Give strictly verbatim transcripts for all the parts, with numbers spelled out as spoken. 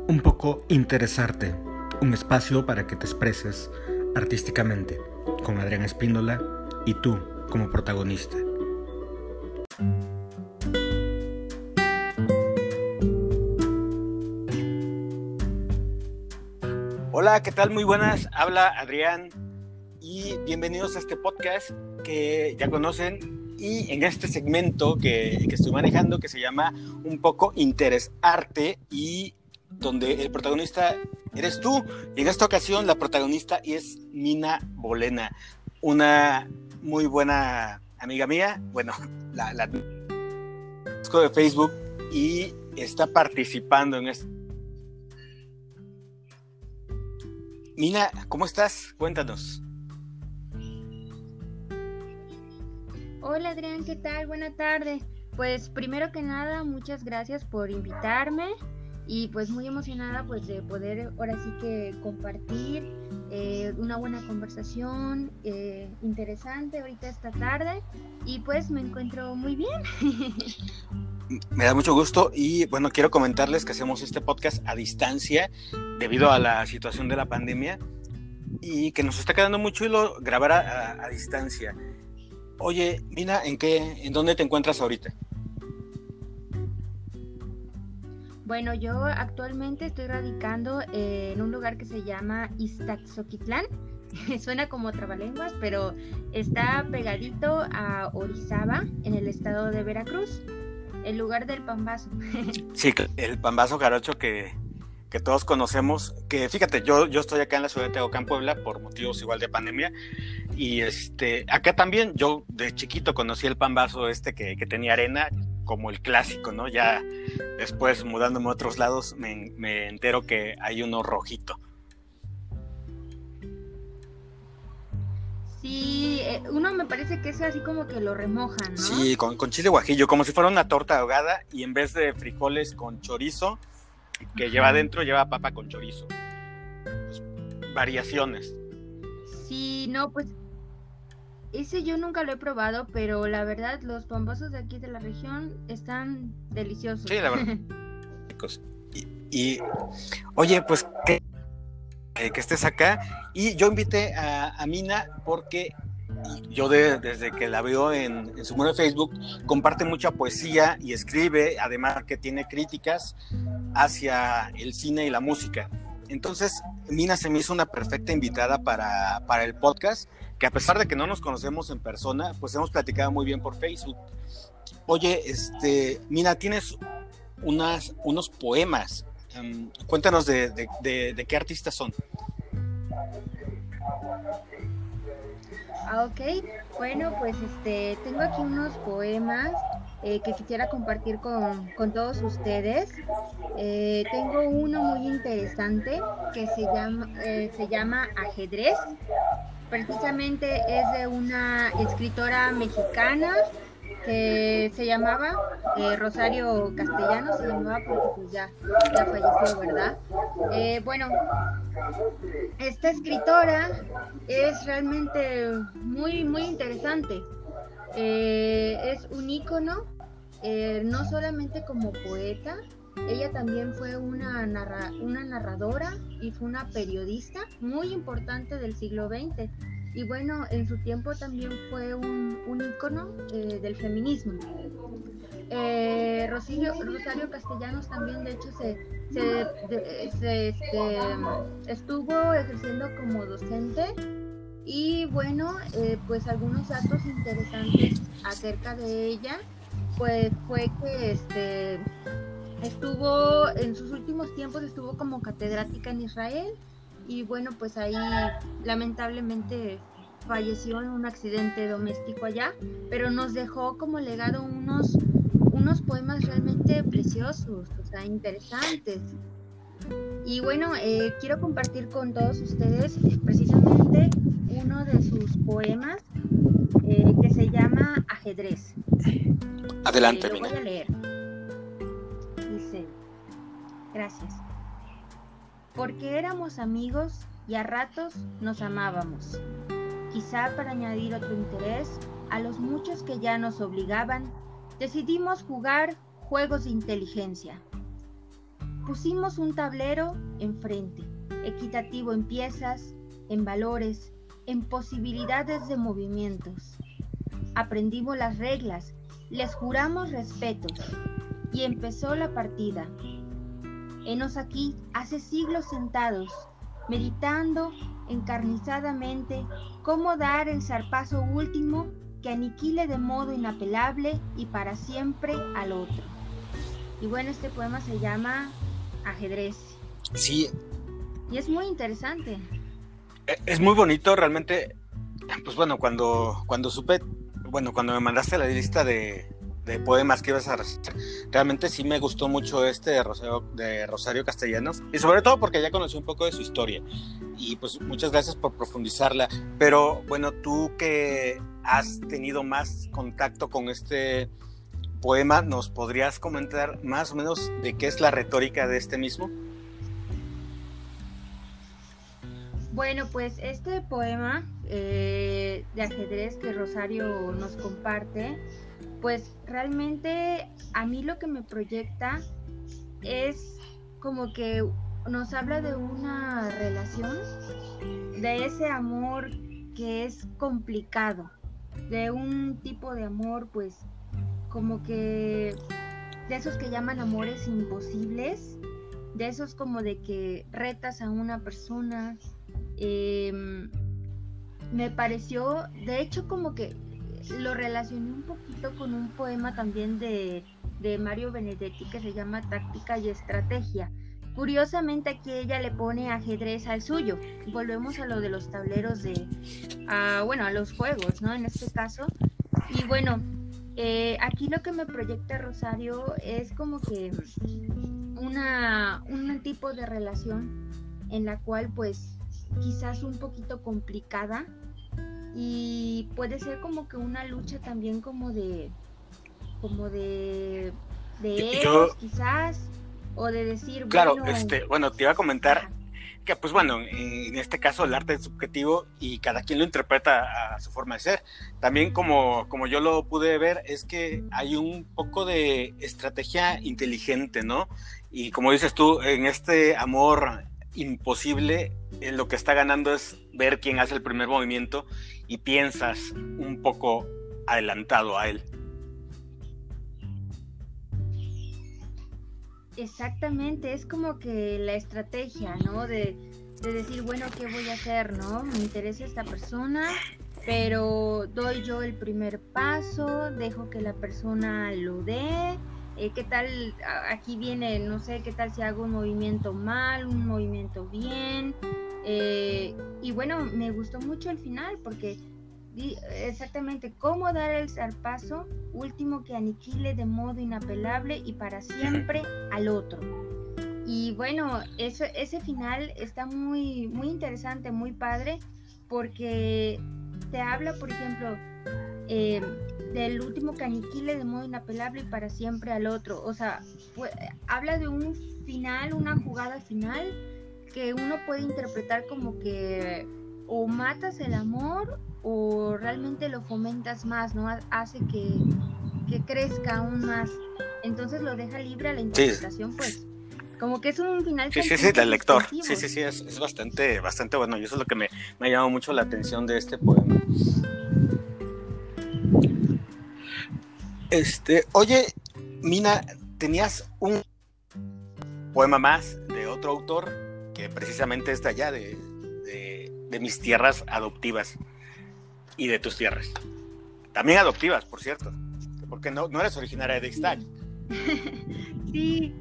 Un poco interesarte, un espacio para que te expreses artísticamente, con Adrián Espíndola y tú como protagonista. Hola, ¿qué tal? Muy buenas, habla Adrián y bienvenidos a este podcast que ya conocen y en este segmento que, que estoy manejando que se llama Un poco interesarte y donde el protagonista eres tú. Y en esta ocasión la protagonista es Mina Bolena, una muy buena amiga mía. Bueno, la, la conozco de Facebook y está participando en esto. Mina, ¿cómo estás? Cuéntanos. Hola Adrián, ¿qué tal? Buena tarde. Pues primero que nada, muchas gracias por invitarme. Y pues muy emocionada pues de poder ahora sí que compartir eh, una buena conversación eh, interesante ahorita esta tarde y pues me encuentro muy bien. Me da mucho gusto y bueno, quiero comentarles que hacemos este podcast a distancia debido a la situación de la pandemia y que nos está quedando muy chulo grabar a, a, a distancia. Oye, Mina, ¿en qué, en dónde te encuentras ahorita? Bueno, yo actualmente estoy radicando en un lugar que se llama Iztacczoquitlán. Suena como trabalenguas, pero está pegadito a Orizaba, en el estado de Veracruz, el lugar del pambazo. Sí, el pambazo jarocho que, que todos conocemos, que fíjate, yo, yo estoy acá en la ciudad de Tehuacán, Puebla, por motivos igual de pandemia, y este, acá también, yo de chiquito conocí el pambazo este que, que tenía arena, como el clásico, ¿no? Ya después mudándome a otros lados me, me entero que hay uno rojito. Sí, uno me parece que es así como que lo remojan, ¿no? Sí, con, con chile guajillo, como si fuera una torta ahogada y en vez de frijoles con chorizo, que Ajá. lleva adentro, lleva papa con chorizo. Pues, variaciones. Sí, no, pues ese yo nunca lo he probado, pero la verdad los pambazos de aquí de la región están deliciosos. Sí, la verdad. y, y oye, pues que, eh, que estés acá. Y yo invité a, a Mina porque yo de, desde que la veo en, en su muro de Facebook comparte mucha poesía y escribe, además que tiene críticas hacia el cine y la música. Entonces, Mina se me hizo una perfecta invitada para, para el podcast, que a pesar de que no nos conocemos en persona, pues hemos platicado muy bien por Facebook. Oye, este, Mina, tienes unas, unos poemas. Um, cuéntanos de, de, de, de qué artistas son. Ah, ok. Bueno, pues este, tengo aquí unos poemas eh, que quisiera compartir con, con todos ustedes. Eh, tengo uno muy interesante que se llama, eh, se llama Ajedrez. Precisamente es de una escritora mexicana que se llamaba eh, Rosario Castellanos, se llamaba porque pues ya, ya falleció, ¿verdad? Eh, bueno, esta escritora es realmente muy, muy interesante. Eh, es un ícono, eh, no solamente como poeta, ella también fue una, narra, una narradora y fue una periodista muy importante del siglo veinte. Y bueno, en su tiempo también fue un, un ícono eh, del feminismo. Eh, Rosario, Rosario Castellanos también, de hecho, se, se, de, se este, estuvo ejerciendo como docente. Y bueno, eh, pues algunos datos interesantes acerca de ella, pues fue que este... estuvo en sus últimos tiempos estuvo como catedrática en Israel y bueno, pues ahí lamentablemente falleció en un accidente doméstico allá, pero nos dejó como legado unos unos poemas realmente preciosos, o sea, interesantes. Y bueno, eh, quiero compartir con todos ustedes precisamente uno de sus poemas eh, que se llama Ajedrez. Adelante, eh, lo Mina. voy a leer. Dice, gracias. Porque éramos amigos y a ratos nos amábamos. Quizá para añadir otro interés a los muchos que ya nos obligaban, decidimos jugar juegos de inteligencia. pusimos un tablero enfrente, equitativo en piezas, en valores, en posibilidades de movimientos. Aprendimos las reglas, les juramos respetos y empezó la partida. Henos aquí, hace siglos sentados, meditando encarnizadamente cómo dar el zarpazo último que aniquile de modo inapelable y para siempre al otro. Y bueno, este poema se llama Ajedrez. Sí. Y es muy interesante. Es muy bonito, realmente. Pues bueno, cuando, cuando supe, bueno, cuando me mandaste la lista de, de poemas que ibas a recitar, realmente sí me gustó mucho este de Rosario, de Rosario Castellanos, y sobre todo porque ya conocí un poco de su historia. Y pues muchas gracias por profundizarla. Pero bueno, tú que has tenido más contacto con este poema, ¿nos podrías comentar más o menos de qué es la retórica de este mismo? Bueno, pues este poema eh, de ajedrez que Rosario nos comparte, pues realmente a mí lo que me proyecta es como que nos habla de una relación, de ese amor que es complicado, de un tipo de amor pues como que de esos que llaman amores imposibles, de esos como de que retas a una persona. Eh, me pareció, de hecho como que lo relacioné un poquito con un poema también de, de Mario Benedetti que se llama Táctica y Estrategia. Curiosamente aquí ella le pone ajedrez al suyo. Volvemos a lo de los tableros de, a, bueno, a los juegos, ¿no? En este caso. Y bueno, eh, aquí lo que me proyecta Rosario es como que una, un tipo de relación en la cual pues quizás un poquito complicada y puede ser como que una lucha también como de como de de egos quizás o de decir claro, bueno, este, bueno, te iba a comentar que pues bueno, en este caso el arte es subjetivo y cada quien lo interpreta a su forma de ser. También como, como yo lo pude ver es que hay un poco de estrategia inteligente, ¿no? Y como dices tú, en este amor imposible, eh, lo que está ganando es ver quién hace el primer movimiento y piensas un poco adelantado a él. Exactamente, es como que la estrategia, ¿no? De, de decir, bueno, ¿qué voy a hacer, no? Me interesa esta persona, pero doy yo el primer paso, dejo que la persona lo dé. Eh, ¿Qué tal? Aquí viene, no sé, ¿qué tal si hago un movimiento mal, un movimiento bien? Eh, y bueno, me gustó mucho el final porque exactamente cómo dar el zarpazo último que aniquile de modo inapelable y para siempre al otro. Y bueno, eso, ese final está muy, muy interesante, muy padre, porque te habla, por ejemplo, eh, del último que aniquile de modo inapelable y para siempre al otro. O sea, pues, habla de un final, una jugada final que uno puede interpretar como que o matas el amor o realmente lo fomentas más, ¿no? Hace que, que crezca aún más. Entonces lo deja libre a la interpretación, sí. Pues como que es un final. Sí, sí, sí, del lector. Sí, sí, sí, es, es bastante, bastante bueno. Y eso es lo que me, me ha llamado mucho la atención de este poema. Este, oye, Mina, tenías un poema más de otro autor que precisamente es de allá, de, de, de mis tierras adoptivas y de tus tierras. También adoptivas, por cierto, porque no, no eres originaria de Ixtac. Sí.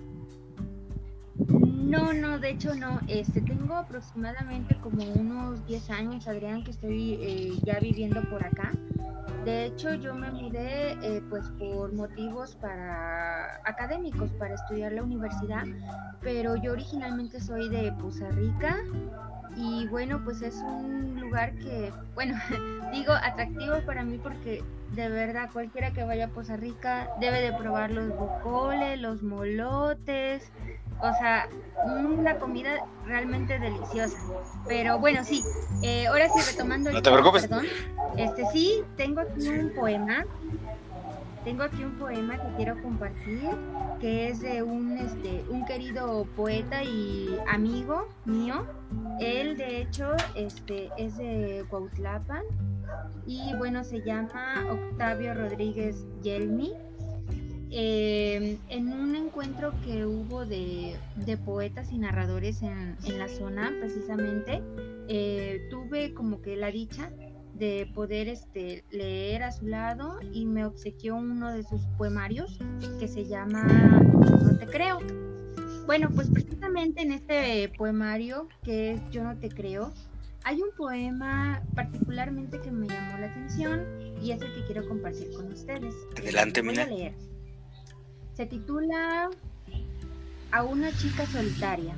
No, no, de hecho no. Este, tengo aproximadamente como unos diez años, Adrián, que estoy eh, ya viviendo por acá. De hecho, yo me mudé eh, pues por motivos para académicos, para estudiar la universidad, pero yo originalmente soy de Poza Rica y bueno, pues es un lugar que, bueno, digo atractivo para mí porque de verdad cualquiera que vaya a Poza Rica debe de probar los bocoles, los molotes, o sea, una comida realmente deliciosa. Pero bueno, sí, eh, ahora sí retomando el no te preocupes. Perdón, este sí, tengo aquí un poema tengo aquí un poema que quiero compartir, que es de un, este, un querido poeta y amigo mío. Él, de hecho, este, es de Cuautlapan y bueno, se llama Octavio Rodríguez Yelmi. Eh, en un encuentro que hubo de, de poetas y narradores en, en la zona, precisamente, eh, tuve como que la dicha de poder este, leer a su lado y me obsequió uno de sus poemarios que se llama No te creo. Bueno, pues precisamente en este poemario que es Yo no te creo, hay un poema particularmente que me llamó la atención y es el que quiero compartir con ustedes. Adelante, eh, voy Mina. a leer. Se titula A una chica solitaria.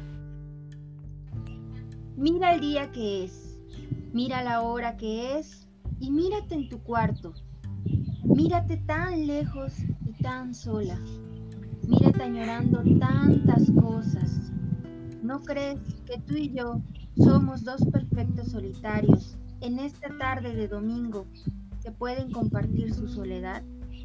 Mira el día que es, mira la hora que es y mírate en tu cuarto. Mírate tan lejos y tan sola. Mírate añorando tantas cosas. ¿No crees que tú y yo somos dos perfectos solitarios en esta tarde de domingo que pueden compartir su soledad?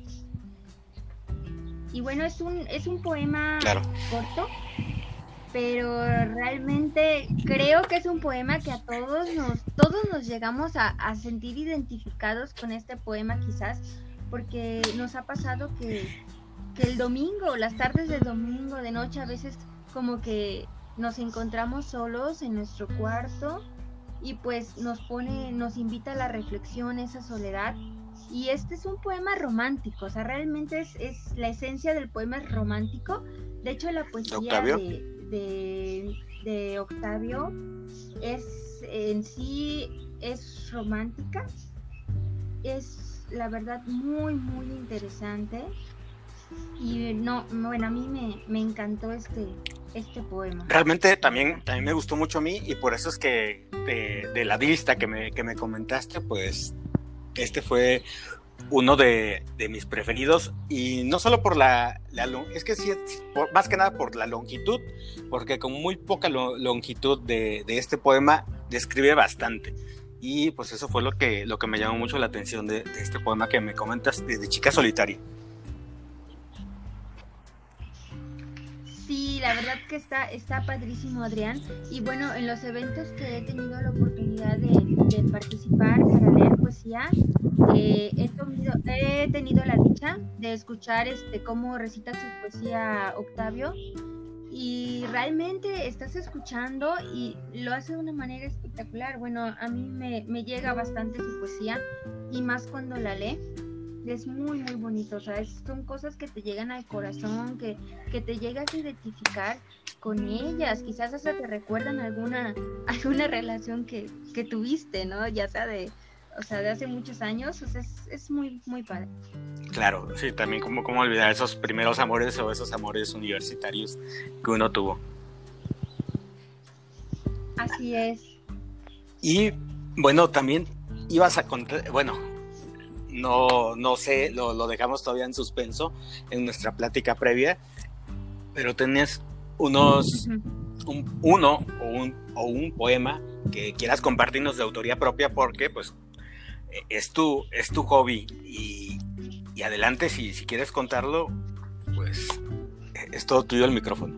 Y bueno, es un, es un poema Claro. corto, pero realmente creo que es un poema que a todos nos, todos nos llegamos a, a sentir identificados con este poema quizás, porque nos ha pasado que, que el domingo, las tardes de domingo, de noche, a veces como que nos encontramos solos en nuestro cuarto y pues nos pone, nos invita a la reflexión, esa soledad. Y este es un poema romántico, o sea, realmente es, es la esencia del poema es romántico. De hecho, la poesía ¿Octavio? de, de, de Octavio es en sí es romántica, es la verdad muy muy interesante y no, bueno, a mí me, me encantó este, este poema. Realmente también, también me gustó mucho a mí y por eso es que de, de la lista que me, que me comentaste, pues este fue uno de, de mis preferidos y no solo por la, la es que sí, por, más que nada por la longitud, porque con muy poca lo, longitud de, de este poema describe bastante y pues eso fue lo que, lo que me llamó mucho la atención de, de este poema que me comentas de, de Chica Solitaria. Sí, la verdad que está, está padrísimo, Adrián. Y bueno, en los eventos que he tenido la oportunidad de, de participar para leer poesía, eh, he, tenido, he tenido la dicha de escuchar este cómo recita su poesía Octavio. Y realmente estás escuchando y lo hace de una manera espectacular. Bueno, a mí me, me llega bastante su poesía y más cuando la lee. Es muy muy bonito, o sea, es, son cosas que te llegan al corazón, que, que te llegas a identificar con ellas, quizás hasta te recuerdan alguna, alguna relación que, que tuviste, ¿no? Ya sea de, o sea, de hace muchos años, o sea, es, es muy, muy padre. Claro, sí, también como, como olvidar esos primeros amores o esos amores universitarios que uno tuvo. Así es. Y bueno, también ibas a contar, bueno, no, no sé, lo, lo dejamos todavía en suspenso en nuestra plática previa, pero tenías unos, uh-huh. un, uno o un, o un poema que quieras compartirnos de autoría propia porque pues es tu, es tu hobby y, y adelante si, si quieres contarlo, pues es todo tuyo el micrófono.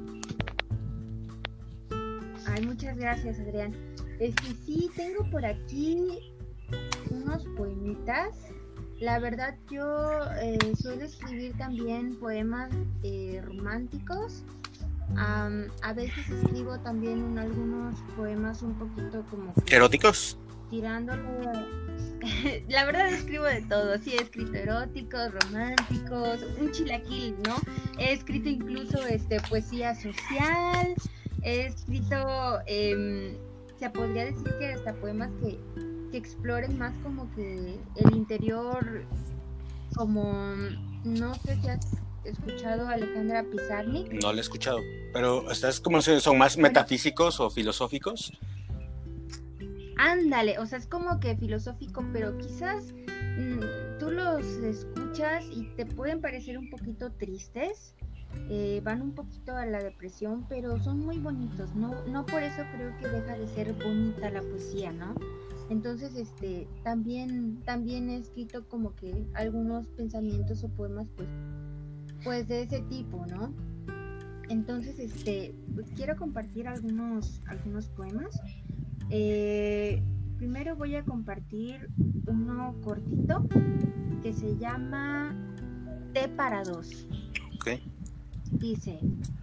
Ay, muchas gracias, Adrián. Este, sí, tengo por aquí unos poemitas. La verdad yo eh, suelo escribir también poemas eh, románticos. Um, a veces escribo también un, algunos poemas un poquito como... ¿Eróticos? Tirándole... La verdad escribo de todo. Sí, he escrito eróticos, románticos, un chilaquil, ¿no? He escrito incluso este, poesía social. He escrito... Eh, se podría decir que hasta poemas que... que exploren más como que el interior, como no sé si has escuchado a Alejandra Pizarnik. No la he escuchado, pero ¿estás como son más bueno, metafísicos o filosóficos? Ándale, o sea, es como que filosófico, pero quizás mmm, tú los escuchas y te pueden parecer un poquito tristes, eh, van un poquito a la depresión, pero son muy bonitos, no, no por eso creo que deja de ser bonita la poesía, ¿no? Entonces, este, también, también he escrito como que algunos pensamientos o poemas, pues, pues de ese tipo, ¿no? Entonces, este, pues quiero compartir algunos, algunos poemas. Eh, primero voy a compartir uno cortito que se llama Té para dos. Ok. Dice,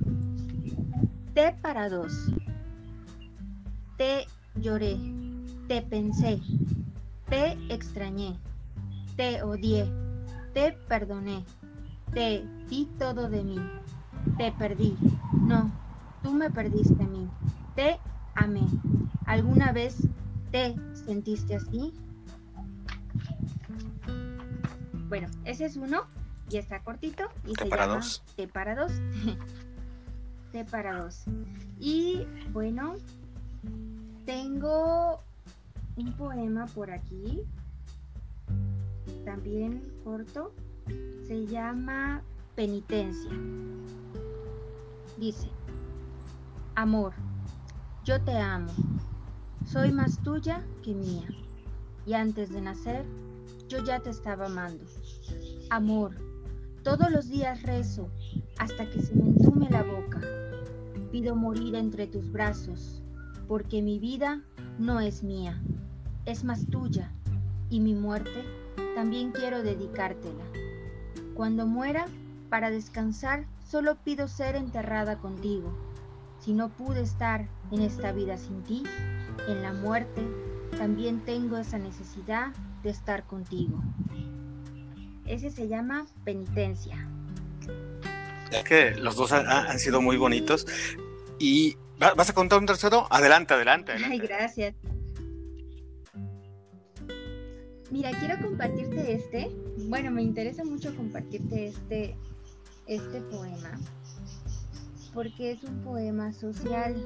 té para dos. Te lloré, te pensé, te extrañé, te odié, te perdoné, te di todo de mí, te perdí. No, tú me perdiste a mí. Te amé. ¿Alguna vez te sentiste así? Bueno, ese es uno y está cortito y Té se para llama dos. Té para dos. Té para dos. Y bueno, tengo un poema por aquí, también corto, se llama Penitencia. Dice, amor, yo te amo, soy más tuya que mía, y antes de nacer, yo ya te estaba amando. Amor, todos los días rezo, hasta que se me entume la boca. Pido morir entre tus brazos, porque mi vida no es mía, es más tuya, y mi muerte también quiero dedicártela. Cuando muera, para descansar, solo pido ser enterrada contigo. Si no pude estar en esta vida sin ti, en la muerte también tengo esa necesidad de estar contigo. Ese se llama Penitencia. Es que los dos han, han sido muy bonitos. ¿Y vas a contar un tercero? Adelante, adelante, adelante. Ay, gracias. Mira, quiero compartirte este. Bueno, me interesa mucho compartirte este, este poema, porque es un poema social.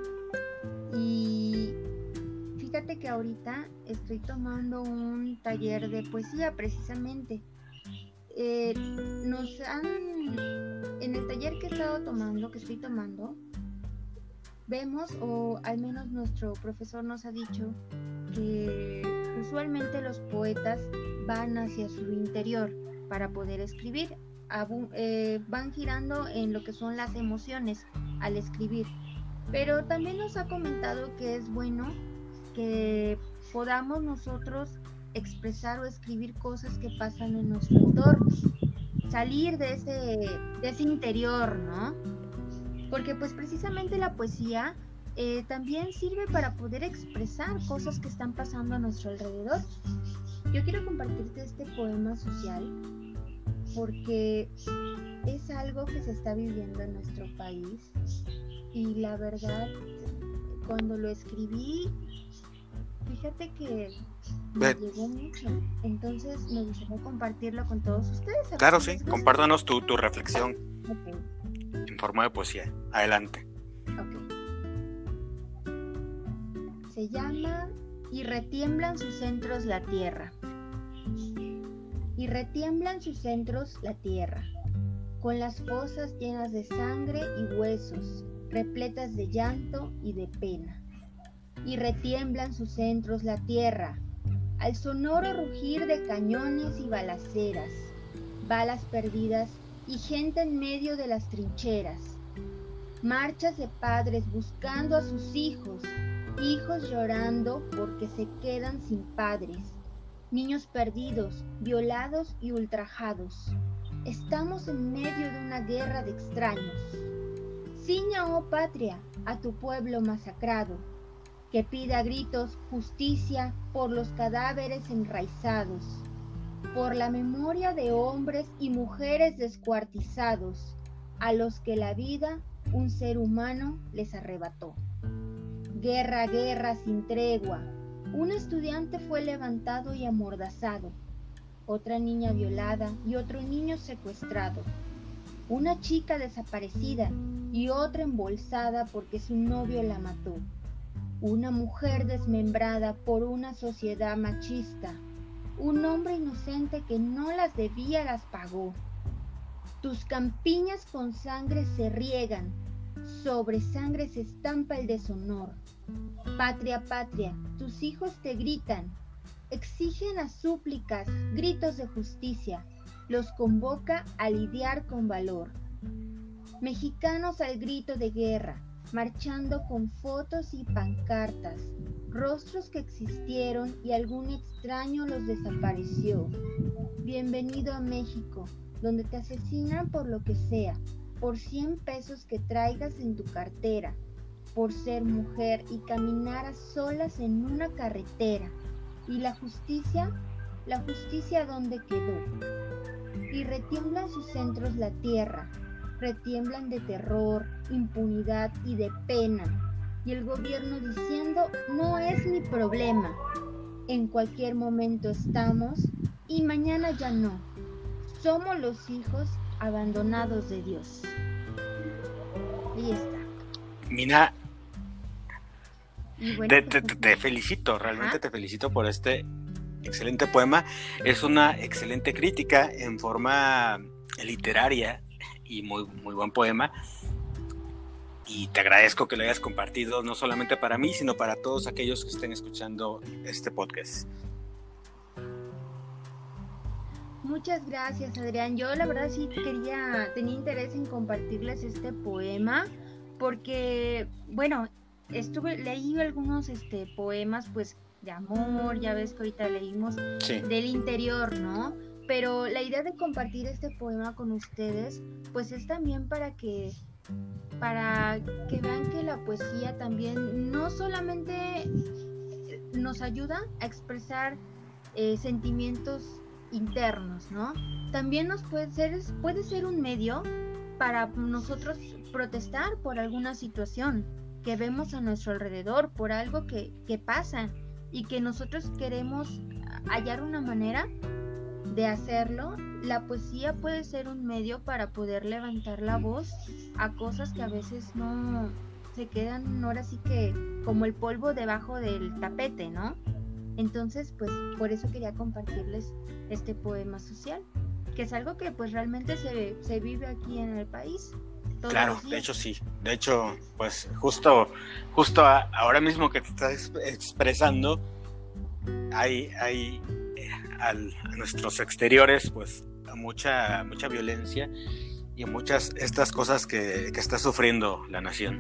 Y fíjate que ahorita estoy tomando un taller de poesía, precisamente. Eh, nos han, en el taller que he estado tomando, que estoy tomando, vemos, o al menos nuestro profesor nos ha dicho, que usualmente los poetas van hacia su interior para poder escribir, abu- eh, van girando en lo que son las emociones al escribir, pero también nos ha comentado que es bueno que podamos nosotros expresar o escribir cosas que pasan en nuestro entorno, salir de ese, de ese interior, ¿no? Porque pues precisamente la poesía eh, también sirve para poder expresar cosas que están pasando a nuestro alrededor. Yo quiero compartirte este poema social porque es algo que se está viviendo en nuestro país y la verdad, cuando lo escribí, fíjate que me Ven. llegó mucho, entonces me gustaría compartirlo con todos ustedes. Claro, sí, compártanos tu, tu reflexión Ok. en forma de poesía. Adelante. Ok. Se llama Y retiemblan sus centros la tierra. Y retiemblan sus centros la tierra, con las fosas llenas de sangre y huesos, repletas de llanto y de pena. Y retiemblan sus centros la tierra, al sonoro rugir de cañones y balaceras, balas perdidas y gente en medio de las trincheras. Marchas de padres buscando a sus hijos, hijos llorando porque se quedan sin padres, niños perdidos, violados y ultrajados. Estamos en medio de una guerra de extraños. Ciña, oh patria, a tu pueblo masacrado, que pida a gritos justicia por los cadáveres enraizados, por la memoria de hombres y mujeres descuartizados, a los que la vida un ser humano les arrebató. Guerra, guerra sin tregua. Un estudiante fue levantado y amordazado, otra niña violada y otro niño secuestrado, una chica desaparecida y otra embolsada porque su novio la mató, una mujer desmembrada por una sociedad machista, un hombre inocente que no las debía las pagó. Tus campiñas con sangre se riegan, sobre sangre se estampa el deshonor. Patria, patria, tus hijos te gritan, exigen a súplicas gritos de justicia, los convoca a lidiar con valor. Mexicanos al grito de guerra, marchando con fotos y pancartas, rostros que existieron y algún extraño los desapareció. Bienvenido a México, donde te asesinan por lo que sea, por cien pesos que traigas en tu cartera, por ser mujer y caminar a solas en una carretera. ¿Y la justicia? ¿La justicia dónde quedó? Y retiemblan sus centros la tierra, retiemblan de terror, impunidad y de pena. Y el gobierno diciendo, no es mi problema. En cualquier momento estamos y mañana ya no. Somos los hijos abandonados de Dios. Ahí está. Mina, y bueno, te, pues, te, te felicito, realmente ¿Ah? te felicito por este excelente poema. Es una excelente crítica en forma literaria y muy, muy buen poema. Y te agradezco que lo hayas compartido, no solamente para mí, sino para todos aquellos que estén escuchando este podcast. Muchas gracias, Adrián. Yo la verdad sí quería, tenía interés en compartirles este poema porque, bueno, estuve leí algunos este poemas pues de amor, ya ves que ahorita leímos Sí. del interior, ¿no? Pero la idea de compartir este poema con ustedes pues es también para que para que vean que la poesía también no solamente nos ayuda a expresar eh, sentimientos internos, ¿no? También nos puede ser, puede ser un medio para nosotros protestar por alguna situación que vemos a nuestro alrededor, por algo que, que pasa y que nosotros queremos hallar una manera de hacerlo. La poesía puede ser un medio para poder levantar la voz a cosas que a veces no se quedan ahora sí que como el polvo debajo del tapete, ¿no? Entonces, pues por eso quería compartirles este poema social, que es algo que pues realmente se, se vive aquí en el país. Claro, de hecho sí. De hecho, pues justo, justo a, ahora mismo que te estás expresando, hay, hay eh, al, a nuestros exteriores, pues mucha, mucha violencia y muchas estas cosas que, que está sufriendo la nación.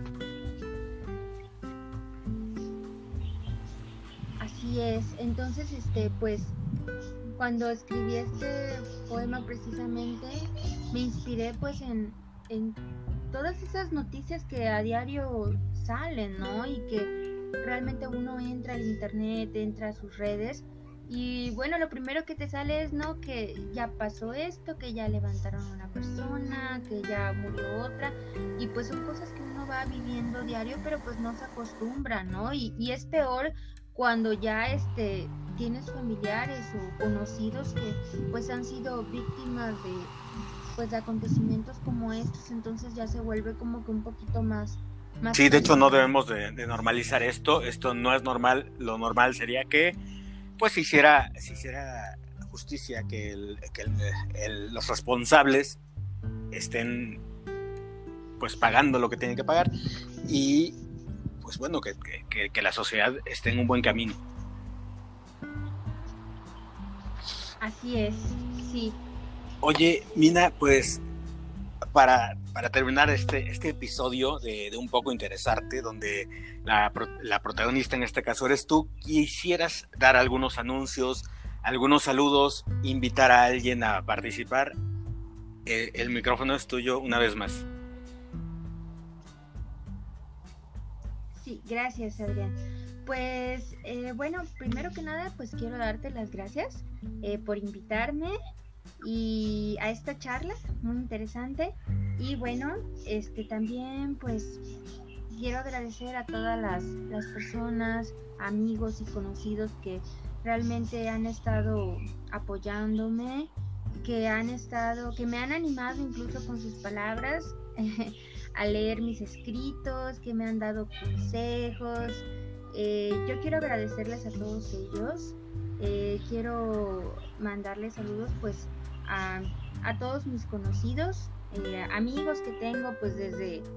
Así es. Entonces, este, pues, cuando escribí este poema precisamente, me inspiré pues en, en todas esas noticias que a diario salen, ¿no? Y que realmente uno entra al internet, entra a sus redes y bueno, lo primero que te sale es, ¿no? Que ya pasó esto, que ya levantaron a una persona, que ya murió otra y pues son cosas que uno va viviendo diario, pero pues no se acostumbra, ¿no? Y, y es peor cuando ya este tienes familiares o conocidos que pues han sido víctimas de pues de acontecimientos como estos, entonces ya se vuelve como que un poquito más, más sí, de hecho no debemos de, de normalizar esto, esto no es normal, lo normal sería que pues se hiciera, se hiciera justicia, que, el, que el, el, los responsables estén pues pagando lo que tienen que pagar y pues bueno, que, que, que la sociedad esté en un buen camino. Así es, sí. Oye, Mina, pues para, para terminar este, este episodio de, de Un Poco Interesarte, donde la, la protagonista en este caso eres tú, quisieras dar algunos anuncios, algunos saludos, invitar a alguien a participar. Eh, el micrófono es tuyo una vez más. Sí, gracias, Adrián. Pues eh, bueno, primero que nada, pues quiero darte las gracias eh, por invitarme y a esta charla muy interesante. Y bueno, este también pues quiero agradecer a todas las, las personas, amigos y conocidos que realmente han estado apoyándome, que han estado, que me han animado incluso con sus palabras a leer mis escritos, que me han dado consejos. Eh, yo quiero agradecerles a todos ellos. Eh, quiero mandarles saludos pues a, a todos mis conocidos, eh, amigos que tengo pues desde,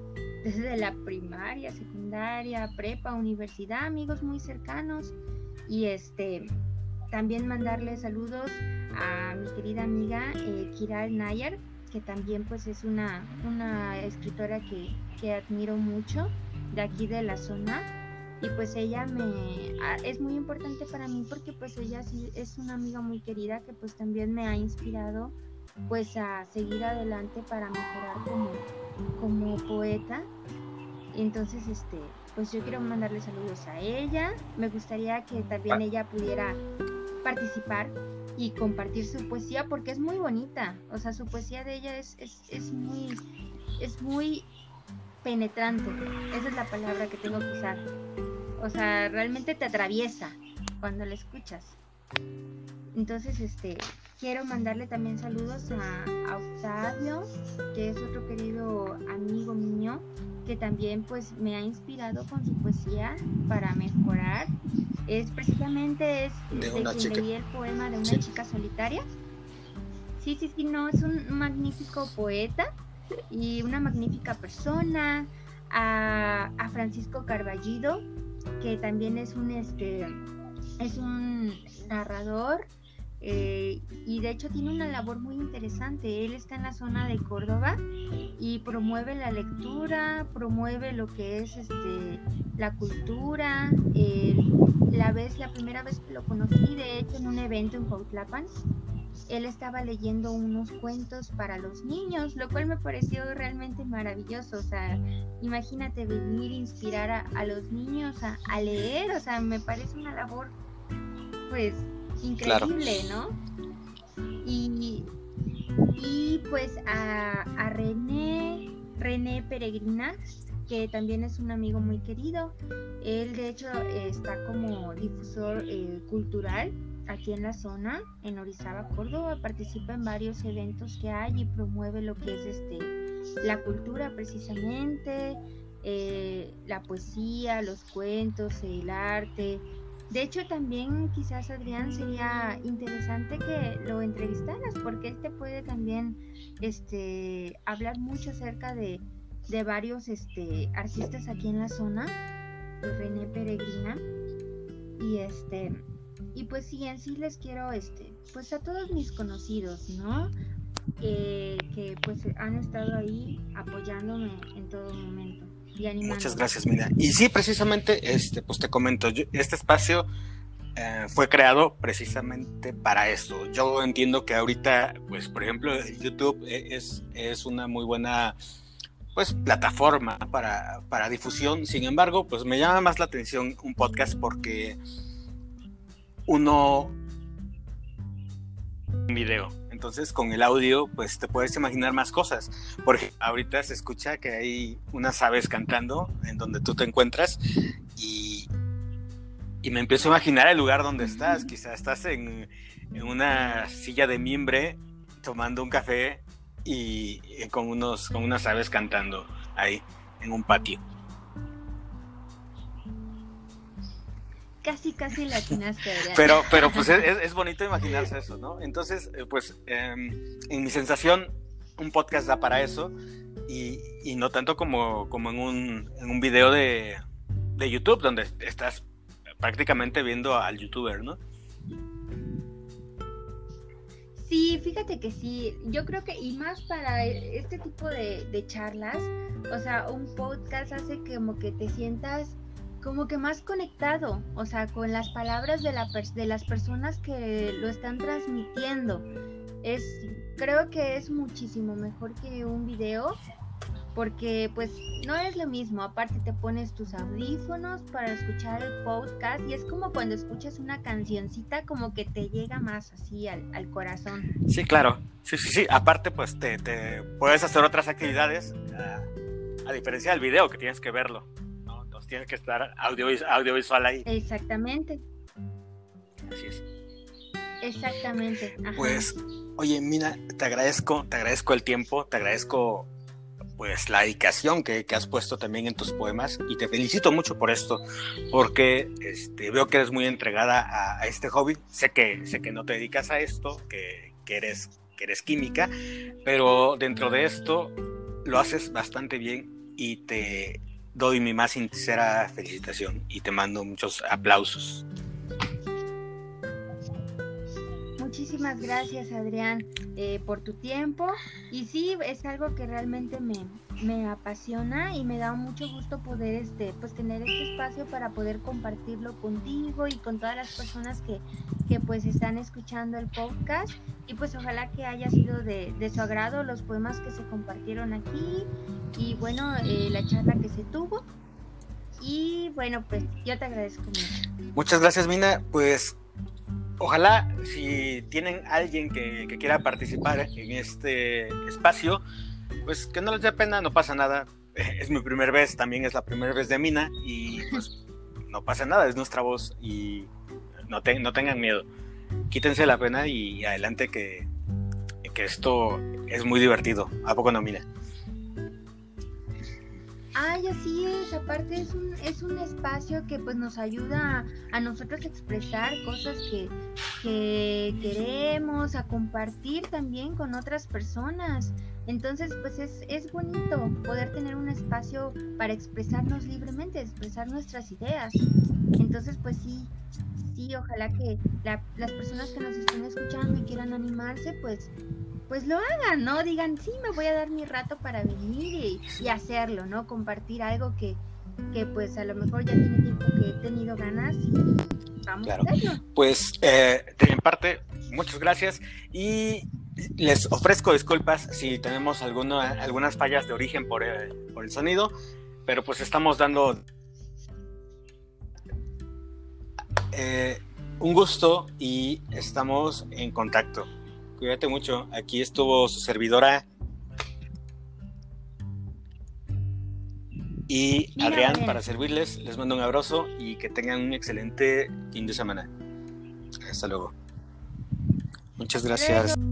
desde la primaria, secundaria, prepa, universidad, amigos muy cercanos. Y este también mandarle saludos a mi querida amiga eh, Kiral Nayar, que también pues es una, una escritora que, que admiro mucho de aquí de la zona. Y pues ella me es muy importante para mí porque pues ella sí es una amiga muy querida que pues también me ha inspirado pues a seguir adelante para mejorar como, como poeta. Entonces este pues yo quiero mandarle saludos a ella. Me gustaría que también ella pudiera participar y compartir su poesía porque es muy bonita. O sea, su poesía de ella es, es, es muy es muy penetrante. Esa es la palabra que tengo que usar. O sea, realmente te atraviesa cuando la escuchas. Entonces, este, quiero mandarle también saludos a, a Octavio, que es otro querido amigo mío, que también pues me ha inspirado con su poesía para mejorar. Es precisamente es de, de quien leí el poema de una sí. chica solitaria. Sí, sí, sí, no, es un magnífico poeta y una magnífica persona. A, a Francisco Carballido, que también es un este es un narrador eh, y de hecho tiene una labor muy interesante. Él está en la zona de Córdoba y promueve la lectura, promueve lo que es este la cultura. Eh, la vez la primera vez que lo conocí, de hecho en un evento en Cuautlapan, él estaba leyendo unos cuentos para los niños, lo cual me pareció realmente maravilloso. O sea, imagínate venir a inspirar a, a los niños a, a leer, o sea, me parece una labor pues increíble, claro. ¿no? Y, y pues a, a René, René Peregrina, que también es un amigo muy querido. Él de hecho está como difusor eh, cultural aquí en la zona, en Orizaba, Córdoba. Participa en varios eventos que hay y promueve lo que es este la cultura precisamente, eh, la poesía, los cuentos, el arte. De hecho también quizás, Adrián, sería interesante que lo entrevistaras porque él te puede también este hablar mucho acerca de, de varios este artistas aquí en la zona, René Peregrina. Y este Y pues sí, en sí les quiero, este, pues a todos mis conocidos, ¿no? Eh, que pues han estado ahí apoyándome en todo momento y animándome. Muchas gracias, Mina. Y sí, precisamente, este, pues te comento, yo, este espacio eh, fue creado precisamente para esto. Yo entiendo que ahorita, pues por ejemplo, YouTube es, es una muy buena pues plataforma para, para difusión. Sin embargo, pues me llama más la atención un podcast porque uno un video, entonces con el audio pues te puedes imaginar más cosas. Por ejemplo, ahorita se escucha que hay unas aves cantando en donde tú te encuentras y, y me empiezo a imaginar el lugar donde estás. Quizás estás en, en una silla de mimbre tomando un café y, y con, unos, con unas aves cantando ahí en un patio. Casi, casi la atinaste, Adrián. Pero, pero pues es, es bonito imaginarse eso, ¿no? Entonces, pues eh, en mi sensación, un podcast da para eso y, y no tanto como, como en, un, en un video de, de YouTube donde estás prácticamente viendo al youtuber, ¿no? Sí, fíjate que sí, yo creo que y más para este tipo de, de charlas, o sea, un podcast hace que como que te sientas como que más conectado, o sea, con las palabras de, la de las personas que lo están transmitiendo. Es, creo que es muchísimo mejor que un video, porque pues no es lo mismo. Aparte te pones tus audífonos para escuchar el podcast y es como cuando escuchas una cancioncita, como que te llega más así al, al corazón. Sí, claro, sí, sí, sí. Aparte pues te, te puedes hacer otras actividades a, a diferencia del video que tienes que verlo. Tienes que estar audio, audiovisual ahí. Exactamente. Así es. Exactamente. Ajá. Pues, oye, Mina, te agradezco, te agradezco el tiempo, te agradezco pues la dedicación que, que has puesto también en tus poemas y te felicito mucho por esto, porque este, veo que eres muy entregada a, a este hobby. Sé que, sé que no te dedicas a esto, que, que, eres, que eres química, pero dentro de esto lo haces bastante bien. y te doy mi más sincera felicitación y te mando muchos aplausos. Muchísimas gracias, Adrián, eh, por tu tiempo. Y sí, es algo que realmente me, me apasiona y me da mucho gusto poder este, pues, tener este espacio para poder compartirlo contigo y con todas las personas que, que pues están escuchando el podcast. Y pues ojalá que haya sido de, de su agrado los poemas que se compartieron aquí y bueno, eh, la charla que se tuvo. Y bueno, pues yo te agradezco mucho. Muchas gracias, Mina. Pues ojalá, si tienen alguien que, que quiera participar en este espacio, pues que no les dé pena, no pasa nada. Es mi primera vez, también es la primera vez de Mina y pues no pasa nada, es nuestra voz y no, te, no tengan miedo. Quítense la pena y adelante que, que esto es muy divertido. ¿A poco no, Mina? Ay, así es, aparte es un, es un espacio que pues nos ayuda a, a nosotros a expresar cosas que, que queremos, a compartir también con otras personas. Entonces pues es, es bonito poder tener un espacio para expresarnos libremente, expresar nuestras ideas. Entonces pues sí, sí, ojalá que la, las personas que nos estén escuchando y quieran animarse, pues pues lo hagan, ¿no? Digan, sí, me voy a dar mi rato para venir y, y hacerlo, ¿no? Compartir algo que, que pues a lo mejor ya tiene tiempo que he tenido ganas y vamos claro. a hacerlo. Pues eh, de mi parte, muchas gracias y les ofrezco disculpas si tenemos alguna, algunas fallas de origen por el, por el sonido, pero pues estamos dando eh, un gusto y estamos en contacto. Cuídate mucho. Aquí estuvo su servidora y Mira, Adrián Adrián. para servirles. Les mando un abrazo y que tengan un excelente fin de semana. Hasta luego. Muchas gracias. Luego.